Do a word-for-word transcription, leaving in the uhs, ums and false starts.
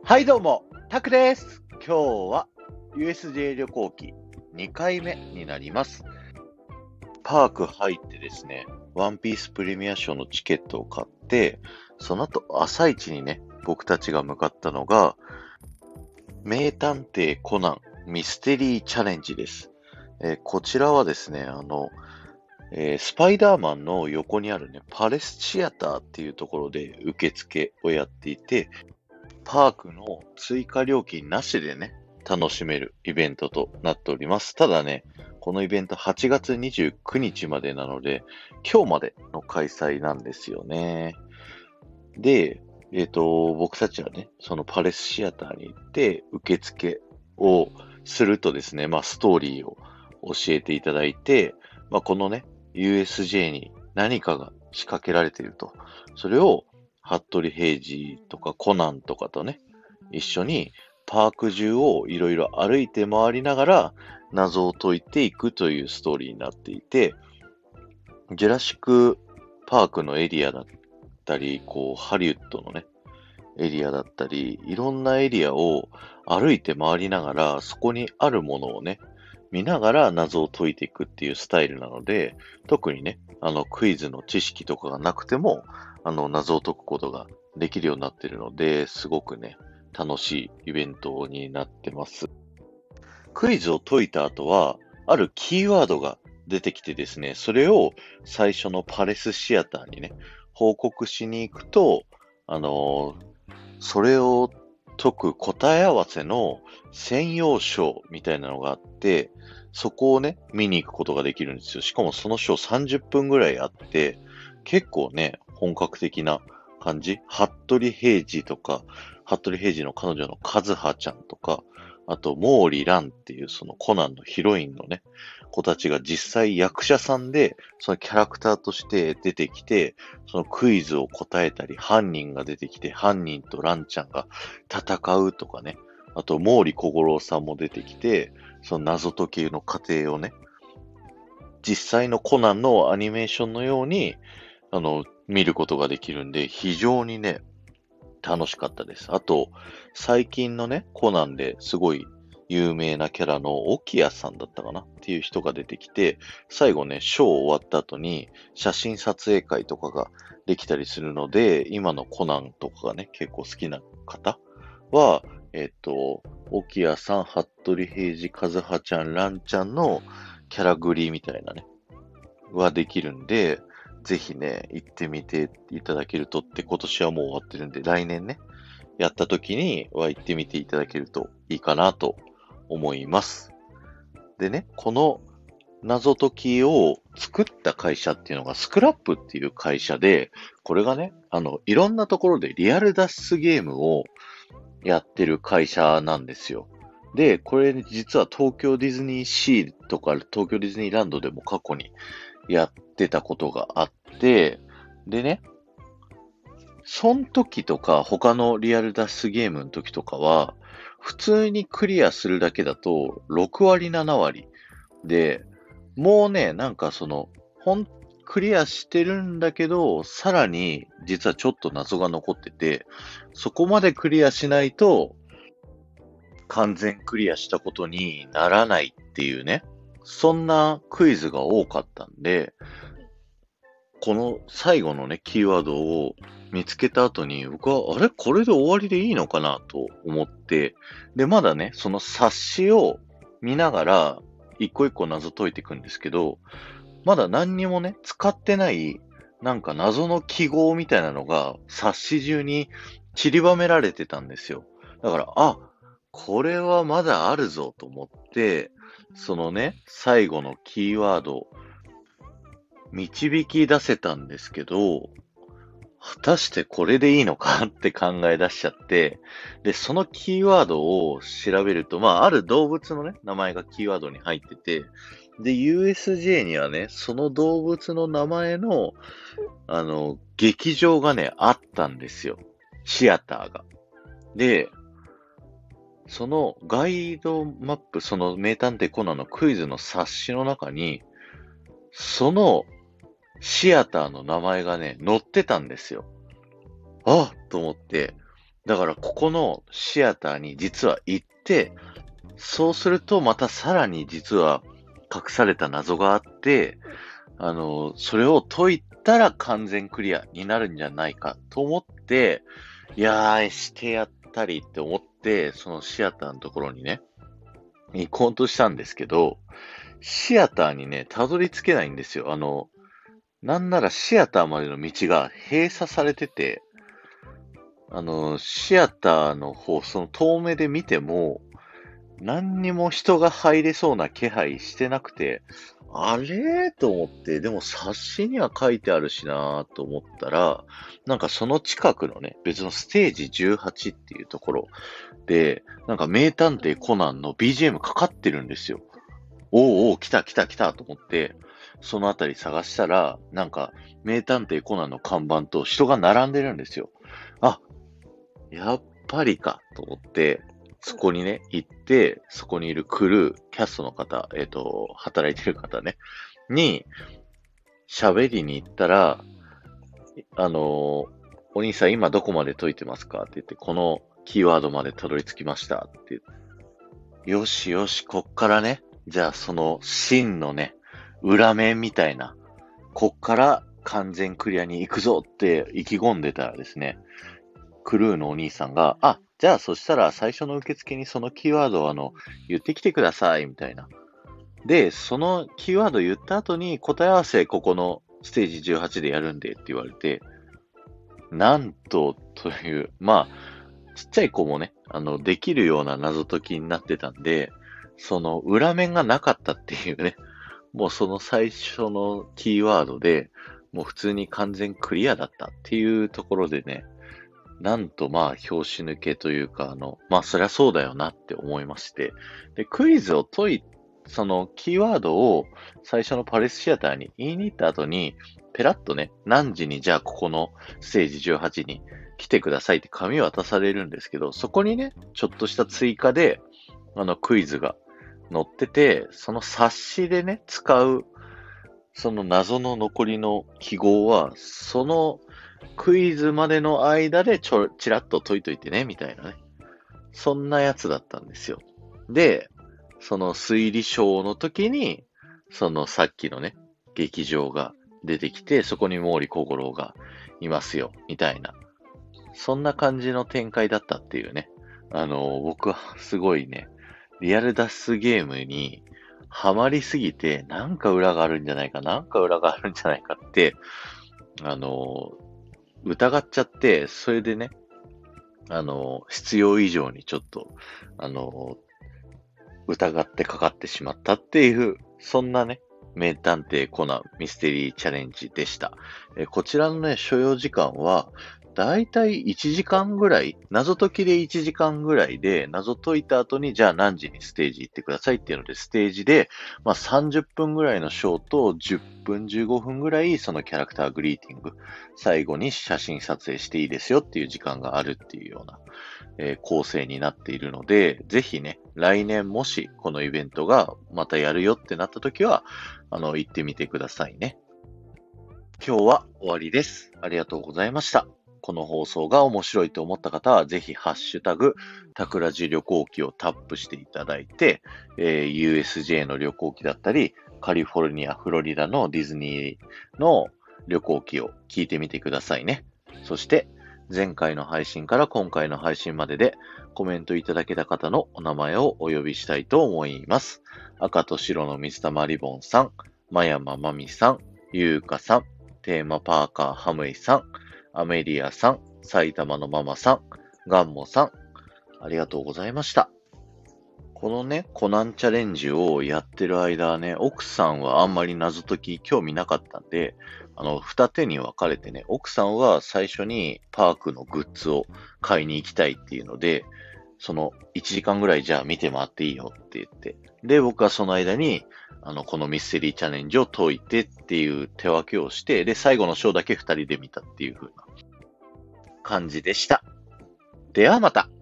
はいどうも、タクです。今日は ユーエスジェー 旅行記にかいめになります。パーク入ってですね、ワンピースプレミアショーのチケットを買って、その後朝一にね、僕たちが向かったのが、名探偵コナンミステリーチャレンジです。えーこちらはですね、あの、えースパイダーマンの横にあるね、パレスシアターっていうところで受付をやっていて、パークの追加料金なしでね、楽しめるイベントとなっております。ただね、このイベントはちがつにじゅうくにちまでなので、今日までの開催なんですよね。で、えっ、と、僕たちはね、そのパレスシアターに行って受付をするとですね、まあストーリーを教えていただいて、まあこのね、ユーエスジェー に何かが仕掛けられていると。それを、服部平次とかコナンとかとね、一緒にパーク中をいろいろ歩いて回りながら謎を解いていくというストーリーになっていて、ジュラシックパークのエリアだったり、こう、ハリウッドのね、エリアだったり、いろんなエリアを歩いて回りながら、そこにあるものをね、見ながら謎を解いていくっていうスタイルなので、特にね、あの、クイズの知識とかがなくても、あの、謎を解くことができるようになっているので、すごくね、楽しいイベントになってます。クイズを解いた後は、あるキーワードが出てきてですね、それを最初のパレスシアターにね、報告しに行くと、あのーそれを解く答え合わせの専用ショーみたいなのがあって、そこをね、見に行くことができるんですよ。しかもそのショーさんじゅっぷんぐらいあって、結構ね、本格的な感じ。服部平次とか、服部平次の彼女の和葉ちゃんとか、あと、毛利蘭っていうそのコナンのヒロインのね、子たちが実際役者さんで、そのキャラクターとして出てきて、そのクイズを答えたり、犯人が出てきて、犯人とランちゃんが戦うとかね、あと、毛利小五郎さんも出てきて、その謎解きの過程をね、実際のコナンのアニメーションのように、あの、見ることができるんで、非常にね、楽しかったです。あと、最近のね、コナンですごい有名なキャラの沖谷さんだったかなっていう人が出てきて、最後ね、ショー終わった後に写真撮影会とかができたりするので、今のコナンとかがね、結構好きな方は、えっと、沖谷さん、服部平次、和葉ちゃん、蘭ちゃんのキャラグリみたいなね、はできるんで、ぜひね、行ってみていただけるとって、今年はもう終わってるんで、来年ね、やった時には行ってみていただけるといいかなと思います。でね、この謎解きを作った会社っていうのがスクラップっていう会社で、これがね、あの、いろんなところでリアル脱出ゲームをやってる会社なんですよ。で、これ実は東京ディズニーシーとか東京ディズニーランドでも過去にやってたことがあって、でね、その時とか他のリアル脱出ゲームの時とかは、普通にクリアするだけだとろくわりななわりで、もうね、なんかその、ほん、クリアしてるんだけど、さらに実はちょっと謎が残ってて、そこまでクリアしないと完全クリアしたことにならないっていうね、そんなクイズが多かったんで、この最後のね、キーワードを見つけた後に、僕は、あれこれで終わりでいいのかなと思って、で、まだね、その冊子を見ながら、一個一個謎解いていくんですけど、まだ何にもね、使ってない、なんか謎の記号みたいなのが、冊子中に散りばめられてたんですよ。だから、あ、これはまだあるぞと思って、そのね、最後のキーワード導き出せたんですけど、果たしてこれでいいのかって考え出しちゃって、で、そのキーワードを調べると、まあ、ある動物のね、名前がキーワードに入ってて、で、ユーエスジェー にはね、その動物の名前の、あの、劇場がね、あったんですよ。シアターが。で、そのガイドマップ、その名探偵コナンのクイズの冊子の中に、そのシアターの名前がね、載ってたんですよ。あと思って。 だからここのシアターに実は行って、そうするとまたさらに実は隠された謎があって、あの、それを解いたら完全クリアになるんじゃないかと思って、いやー、してやったりって思って、そのシアターのところにね、行こうとしたんですけど、シアターにね、たどり着けないんですよ。あの、なんならシアターまでの道が閉鎖されてて、あの、シアターの方、その遠目で見ても、何にも人が入れそうな気配してなくて、あれと思って、でも冊子には書いてあるしなと思ったら、なんかその近くのね、別のステージじゅうはちっていうところで、なんか名探偵コナンの ビージーエム かかってるんですよ。おうおう、来た来た来たと思って、そのあたり探したら、なんか名探偵コナンの看板と人が並んでるんですよ。あ、やっぱりかと思って、そこにね、行って、そこにいるクルー、キャストの方、えっ、と、働いてる方ね、に、喋りに行ったら、あのーお兄さん今どこまで解いてますかって言って、このキーワードまでたどり着きましたって言って、よしよし、こっからね、じゃあその真のね、裏面みたいな、こっから完全クリアに行くぞって意気込んでたらですね、クルーのお兄さんが、あ、じゃあそしたら最初の受付にそのキーワードをあの、言ってきてください、みたいな。で、そのキーワード言った後に答え合わせここのステージじゅうはちでやるんでって言われて、なんとという、まあ、ちっちゃい子もね、あの、できるような謎解きになってたんで、その裏面がなかったっていうね、もうその最初のキーワードで、もう普通に完全クリアだったっていうところでね、なんとまあ、拍子抜けというか、あの、まあ、そりゃそうだよなって思いまして。で、クイズを解い、そのキーワードを最初のパレスシアターに言いに行った後に、ペラッとね、何時にじゃあここのステージじゅうはちに来てくださいって紙を渡されるんですけど、そこにね、ちょっとした追加で、あの、クイズが載ってて、その冊子でね、使う、その謎の残りの記号は、そのクイズまでの間でちょ、ちらっと解いといてね、みたいなね。そんなやつだったんですよ。で、その推理ショーの時に、そのさっきのね、劇場が出てきて、そこに毛利小五郎がいますよ、みたいな。そんな感じの展開だったっていうね。あの、僕はすごいね、リアル脱出ゲームにハマりすぎて、なんか裏があるんじゃないか、なんか裏があるんじゃないかって、あの、疑っちゃって、それでね、あの、必要以上にちょっと、あの、疑ってかかってしまったっていう、そんなね、名探偵コナンミステリーチャレンジでした。えこちらのね、所要時間は、だいたいいちじかんぐらい、謎解きでいちじかんぐらいで、謎解いた後に、じゃあ何時にステージ行ってくださいっていうので、ステージで、まあさんじゅっぷんぐらいのショーと、じゅっぷん、じゅうごふんぐらい、そのキャラクターグリーティング、最後に写真撮影していいですよっていう時間があるっていうような、えー構成になっているので、ぜひね、来年もしこのイベントがまたやるよってなった時は、あの、行ってみてくださいね。今日は終わりです。ありがとうございました。この放送が面白いと思った方は、ぜひ、ハッシュタグ、タクラジ旅行記をタップしていただいて、えー ユーエスジェー の旅行記だったり、カリフォルニア、フロリダのディズニーの旅行記を聞いてみてくださいね。そして、前回の配信から今回の配信まででコメントいただけた方のお名前をお呼びしたいと思います。赤と白の水玉リボンさん、真山まみさん、ゆうかさん、テーマパーカーハムイさん、アメリアさん、埼玉のママさん、ガンモさん、ありがとうございました。このね、コナンチャレンジをやってる間はね、奥さんはあんまり謎解き興味なかったんで、あの、二手に分かれてね、奥さんは最初にパークのグッズを買いに行きたいっていうので、そのいちじかんぐらいじゃあ見て回っていいよって言って、で、僕はその間に、あの、このミステリーチャレンジを解いてっていう手分けをして、で、最後のショーだけ二人で見たっていう風な感じでした。ではまた。